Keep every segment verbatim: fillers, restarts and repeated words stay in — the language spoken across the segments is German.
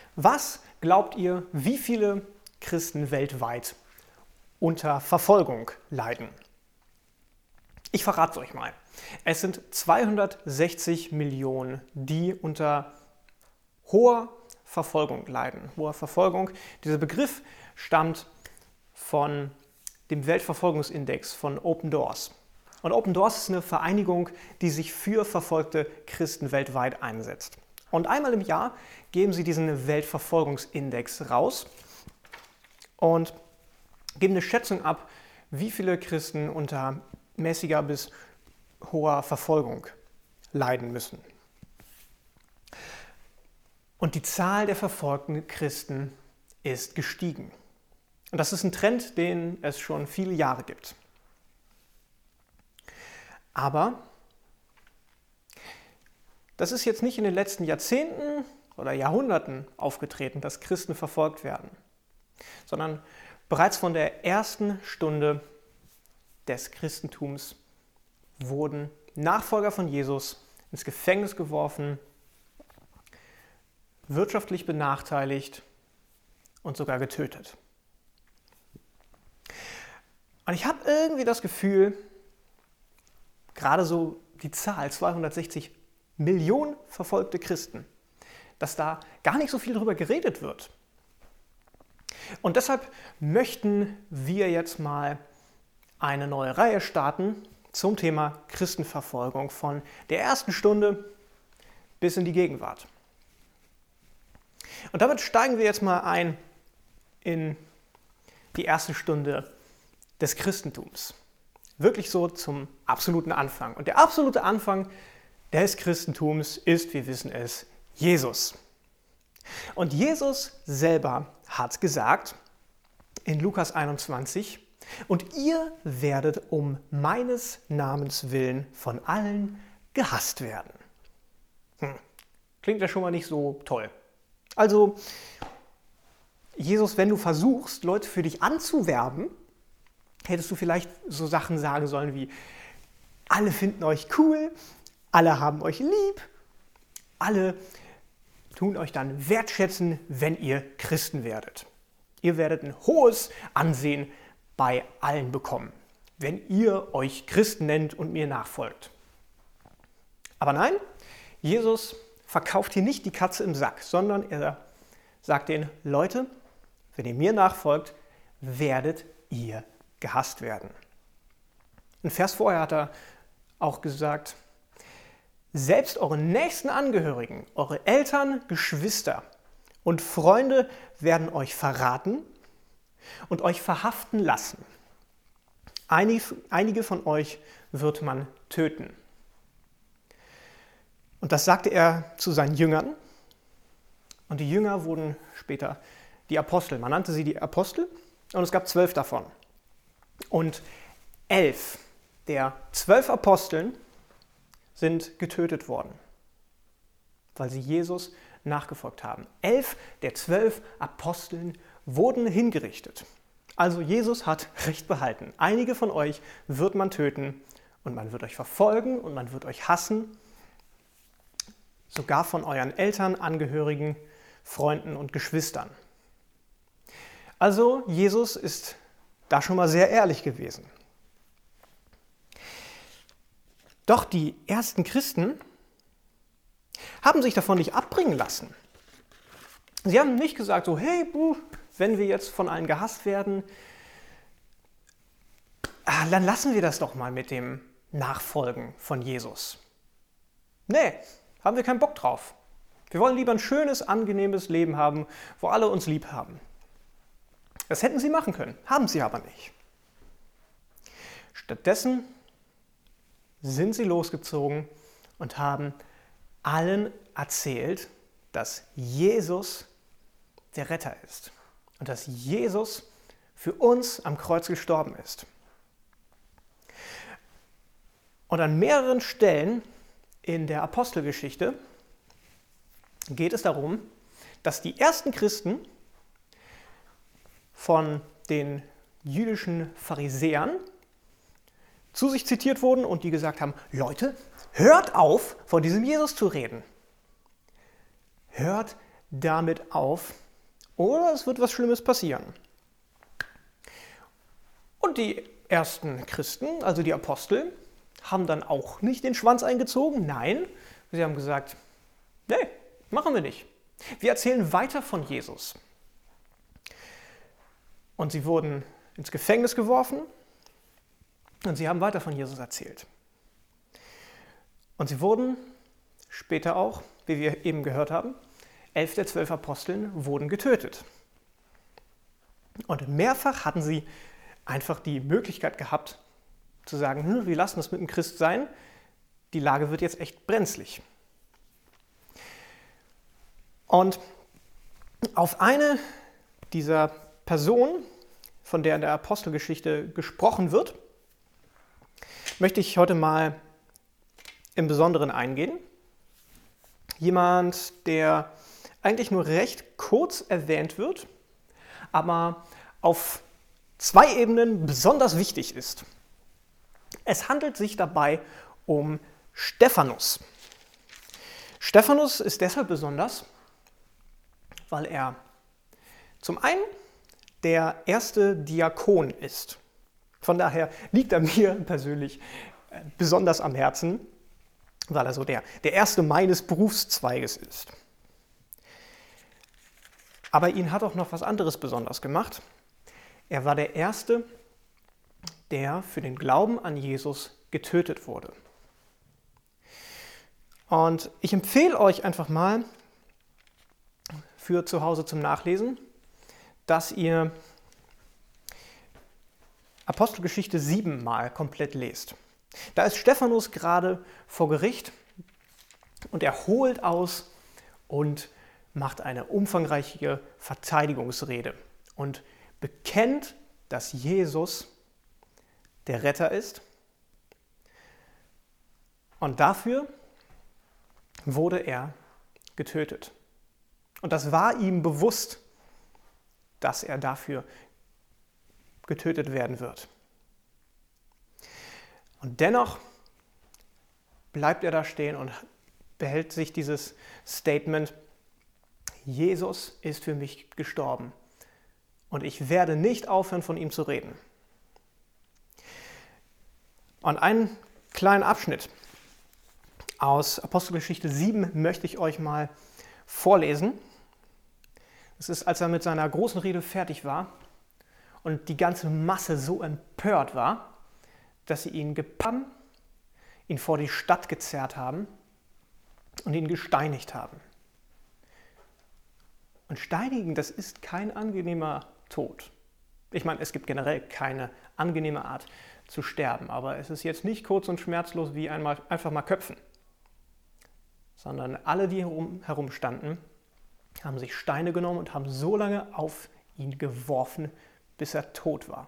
Was glaubt ihr, wie viele Christen weltweit unter Verfolgung leiden? Ich verrate es euch mal. Es sind zweihundertsechzig Millionen, die unter hoher Verfolgung leiden. Hoher Verfolgung. Dieser Begriff stammt von dem Weltverfolgungsindex von Open Doors. Und Open Doors ist eine Vereinigung, die sich für verfolgte Christen weltweit einsetzt. Und einmal im Jahr geben sie diesen Weltverfolgungsindex raus und geben eine Schätzung ab, wie viele Christen unter mäßiger bis hoher Verfolgung leiden müssen. Und die Zahl der verfolgten Christen ist gestiegen. Und das ist ein Trend, den es schon viele Jahre gibt. Aber das ist jetzt nicht in den letzten Jahrzehnten oder Jahrhunderten aufgetreten, dass Christen verfolgt werden, sondern bereits von der ersten Stunde des Christentums wurden Nachfolger von Jesus ins Gefängnis geworfen, wirtschaftlich benachteiligt und sogar getötet. Und ich habe irgendwie das Gefühl, gerade so die Zahl zweihundertsechzig Millionen verfolgte Christen, dass da gar nicht so viel darüber geredet wird. Und deshalb möchten wir jetzt mal eine neue Reihe starten zum Thema Christenverfolgung von der ersten Stunde bis in die Gegenwart. Und damit steigen wir jetzt mal ein in die erste Stunde des Christentums. Wirklich so zum absoluten Anfang. Und der absolute Anfang des Christentums ist, wir wissen es, Jesus. Und Jesus selber hat gesagt in Lukas einundzwanzig, und ihr werdet um meines Namens willen von allen gehasst werden. Hm. Klingt ja schon mal nicht so toll. Also, Jesus, wenn du versuchst, Leute für dich anzuwerben, hättest du vielleicht so Sachen sagen sollen wie, alle finden euch cool, alle haben euch lieb, alle tun euch dann wertschätzen, wenn ihr Christen werdet. Ihr werdet ein hohes Ansehen bei allen bekommen, wenn ihr euch Christen nennt und mir nachfolgt. Aber nein, Jesus verkauft hier nicht die Katze im Sack, sondern er sagt den Leute, wenn ihr mir nachfolgt, werdet ihr gehasst werden. Ein Vers vorher hat er auch gesagt, selbst eure nächsten Angehörigen, eure Eltern, Geschwister und Freunde werden euch verraten und euch verhaften lassen. Einige von euch wird man töten. Und das sagte er zu seinen Jüngern. Und die Jünger wurden später die Apostel. Man nannte sie die Apostel und es gab zwölf davon. Und elf der zwölf Aposteln sind getötet worden, weil sie Jesus nachgefolgt haben. Elf der zwölf Aposteln wurden hingerichtet. Also Jesus hat Recht behalten. Einige von euch wird man töten und man wird euch verfolgen und man wird euch hassen. Sogar von euren Eltern, Angehörigen, Freunden und Geschwistern. Also Jesus ist da schon mal sehr ehrlich gewesen. Doch die ersten Christen haben sich davon nicht abbringen lassen. Sie haben nicht gesagt so, hey, buh, wenn wir jetzt von allen gehasst werden, dann lassen wir das doch mal mit dem Nachfolgen von Jesus. Nee, haben wir keinen Bock drauf. Wir wollen lieber ein schönes, angenehmes Leben haben, wo alle uns lieb haben. Das hätten sie machen können, haben sie aber nicht. Stattdessen sind sie losgezogen und haben allen erzählt, dass Jesus der Retter ist und dass Jesus für uns am Kreuz gestorben ist. Und an mehreren Stellen in der Apostelgeschichte geht es darum, dass die ersten Christen von den jüdischen Pharisäern zu sich zitiert wurden und die gesagt haben, Leute, hört auf, von diesem Jesus zu reden. Hört damit auf oder es wird was Schlimmes passieren. Und die ersten Christen, also die Apostel, haben dann auch nicht den Schwanz eingezogen. Nein, sie haben gesagt, nee, machen wir nicht. Wir erzählen weiter von Jesus. Und sie wurden ins Gefängnis geworfen und sie haben weiter von Jesus erzählt. Und sie wurden später auch, wie wir eben gehört haben, elf der zwölf Aposteln wurden getötet. Und mehrfach hatten sie einfach die Möglichkeit gehabt, zu sagen, hm, wir lassen es mit dem Christ sein, die Lage wird jetzt echt brenzlig. Und auf eine dieser Personen, von der in der Apostelgeschichte gesprochen wird, möchte ich heute mal im Besonderen eingehen. Jemand, der eigentlich nur recht kurz erwähnt wird, aber auf zwei Ebenen besonders wichtig ist. Es handelt sich dabei um Stephanus. Stephanus ist deshalb besonders, weil er zum einen der erste Diakon ist. Von daher liegt er mir persönlich besonders am Herzen, weil er so der, der erste meines Berufszweiges ist. Aber ihn hat auch noch was anderes besonders gemacht. Er war der Erste, der für den Glauben an Jesus getötet wurde. Und ich empfehle euch einfach mal für zu Hause zum Nachlesen, dass ihr Apostelgeschichte sieben mal komplett lest. Da ist Stephanus gerade vor Gericht und er holt aus und macht eine umfangreiche Verteidigungsrede und bekennt, dass Jesus der Retter ist. Und dafür wurde er getötet. Und das war ihm bewusst, dass er dafür getötet werden wird. Und dennoch bleibt er da stehen und behält sich dieses Statement: Jesus ist für mich gestorben und ich werde nicht aufhören, von ihm zu reden. Und einen kleinen Abschnitt aus Apostelgeschichte sieben möchte ich euch mal vorlesen. Es ist, als er mit seiner großen Rede fertig war und die ganze Masse so empört war, dass sie ihn gepackt, ihn vor die Stadt gezerrt haben und ihn gesteinigt haben. Und steinigen, das ist kein angenehmer Tod. Ich meine, es gibt generell keine angenehme Art zu sterben, aber es ist jetzt nicht kurz und schmerzlos wie einmal einfach mal köpfen, sondern alle, die herum, herumstanden, haben sich Steine genommen und haben so lange auf ihn geworfen, bis er tot war.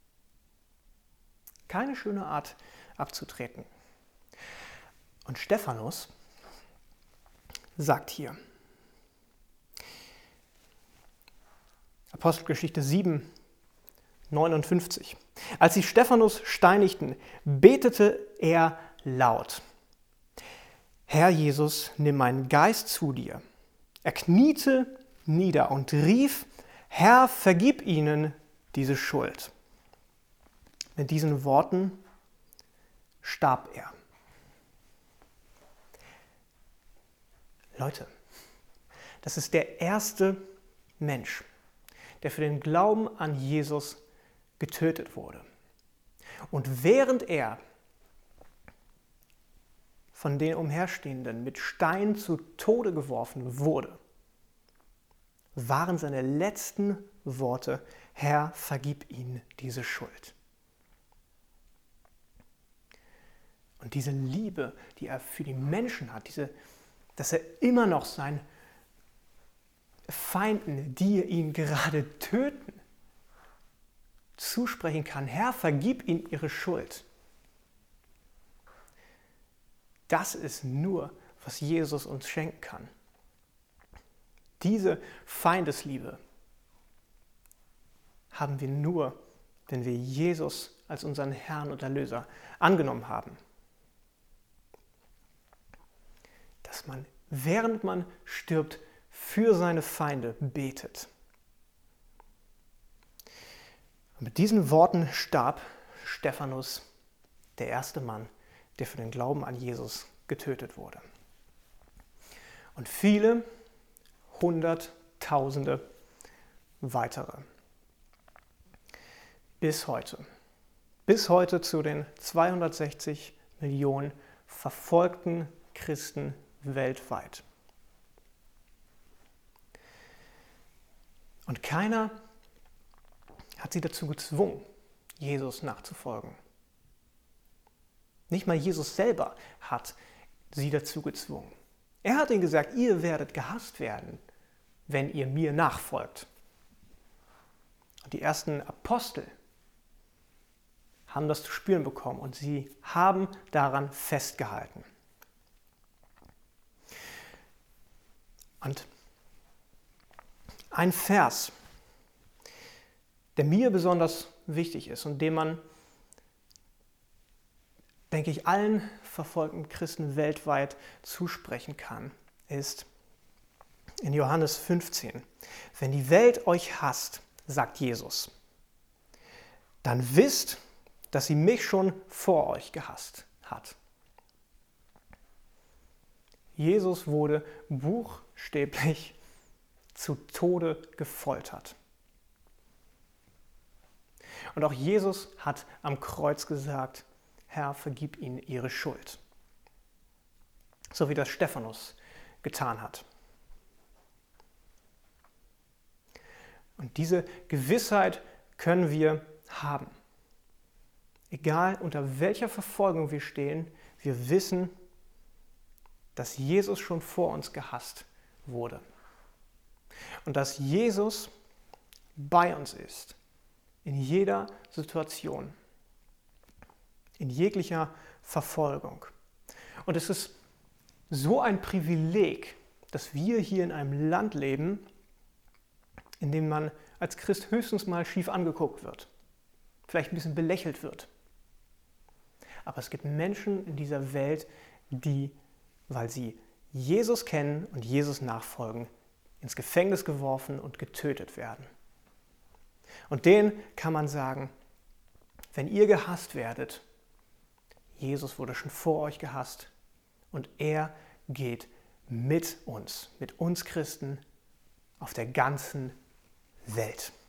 Keine schöne Art abzutreten. Und Stephanus sagt hier, Apostelgeschichte sieben, neunundfünfzig. Als sie Stephanus steinigten, betete er laut: Herr Jesus, nimm meinen Geist zu dir. Er kniete nieder und rief: Herr, vergib ihnen diese Schuld. Mit diesen Worten starb er. Leute, das ist der erste Mensch, der für den Glauben an Jesus getötet wurde. Und während er von den Umherstehenden mit Steinen zu Tode geworfen wurde, waren seine letzten Worte: Herr, vergib ihnen diese Schuld. Und diese Liebe, die er für die Menschen hat, diese, dass er immer noch seinen Feinden, die ihn gerade töten, zusprechen kann: Herr, vergib ihnen ihre Schuld. Das ist nur, was Jesus uns schenken kann. Diese Feindesliebe haben wir nur, wenn wir Jesus als unseren Herrn und Erlöser angenommen haben. Dass man, während man stirbt, für seine Feinde betet. Und mit diesen Worten starb Stephanus, der erste Mann, der für den Glauben an Jesus getötet wurde. Und viele, Hunderttausende weitere. Bis heute. Bis heute zu den zweihundertsechzig Millionen verfolgten Christen weltweit. Und keiner hat sie dazu gezwungen, Jesus nachzufolgen. Nicht mal Jesus selber hat sie dazu gezwungen. Er hat ihnen gesagt, ihr werdet gehasst werden, wenn ihr mir nachfolgt. Und die ersten Apostel haben das zu spüren bekommen und sie haben daran festgehalten. Und ein Vers, der mir besonders wichtig ist und den man, denke ich, allen verfolgten Christen weltweit zusprechen kann, ist in Johannes fünfzehn. Wenn die Welt euch hasst, sagt Jesus, dann wisst, dass sie mich schon vor euch gehasst hat. Jesus wurde buchstäblich zu Tode gefoltert. Und auch Jesus hat am Kreuz gesagt, Herr, vergib ihnen ihre Schuld. So wie das Stephanus getan hat. Und diese Gewissheit können wir haben. Egal unter welcher Verfolgung wir stehen, wir wissen, dass Jesus schon vor uns gehasst wurde. Und dass Jesus bei uns ist, in jeder Situation, in jeglicher Verfolgung. Und es ist so ein Privileg, dass wir hier in einem Land leben, in dem man als Christ höchstens mal schief angeguckt wird, vielleicht ein bisschen belächelt wird. Aber es gibt Menschen in dieser Welt, die, weil sie Jesus kennen und Jesus nachfolgen, ins Gefängnis geworfen und getötet werden. Und denen kann man sagen, wenn ihr gehasst werdet, Jesus wurde schon vor euch gehasst und er geht mit uns, mit uns Christen auf der ganzen Welt.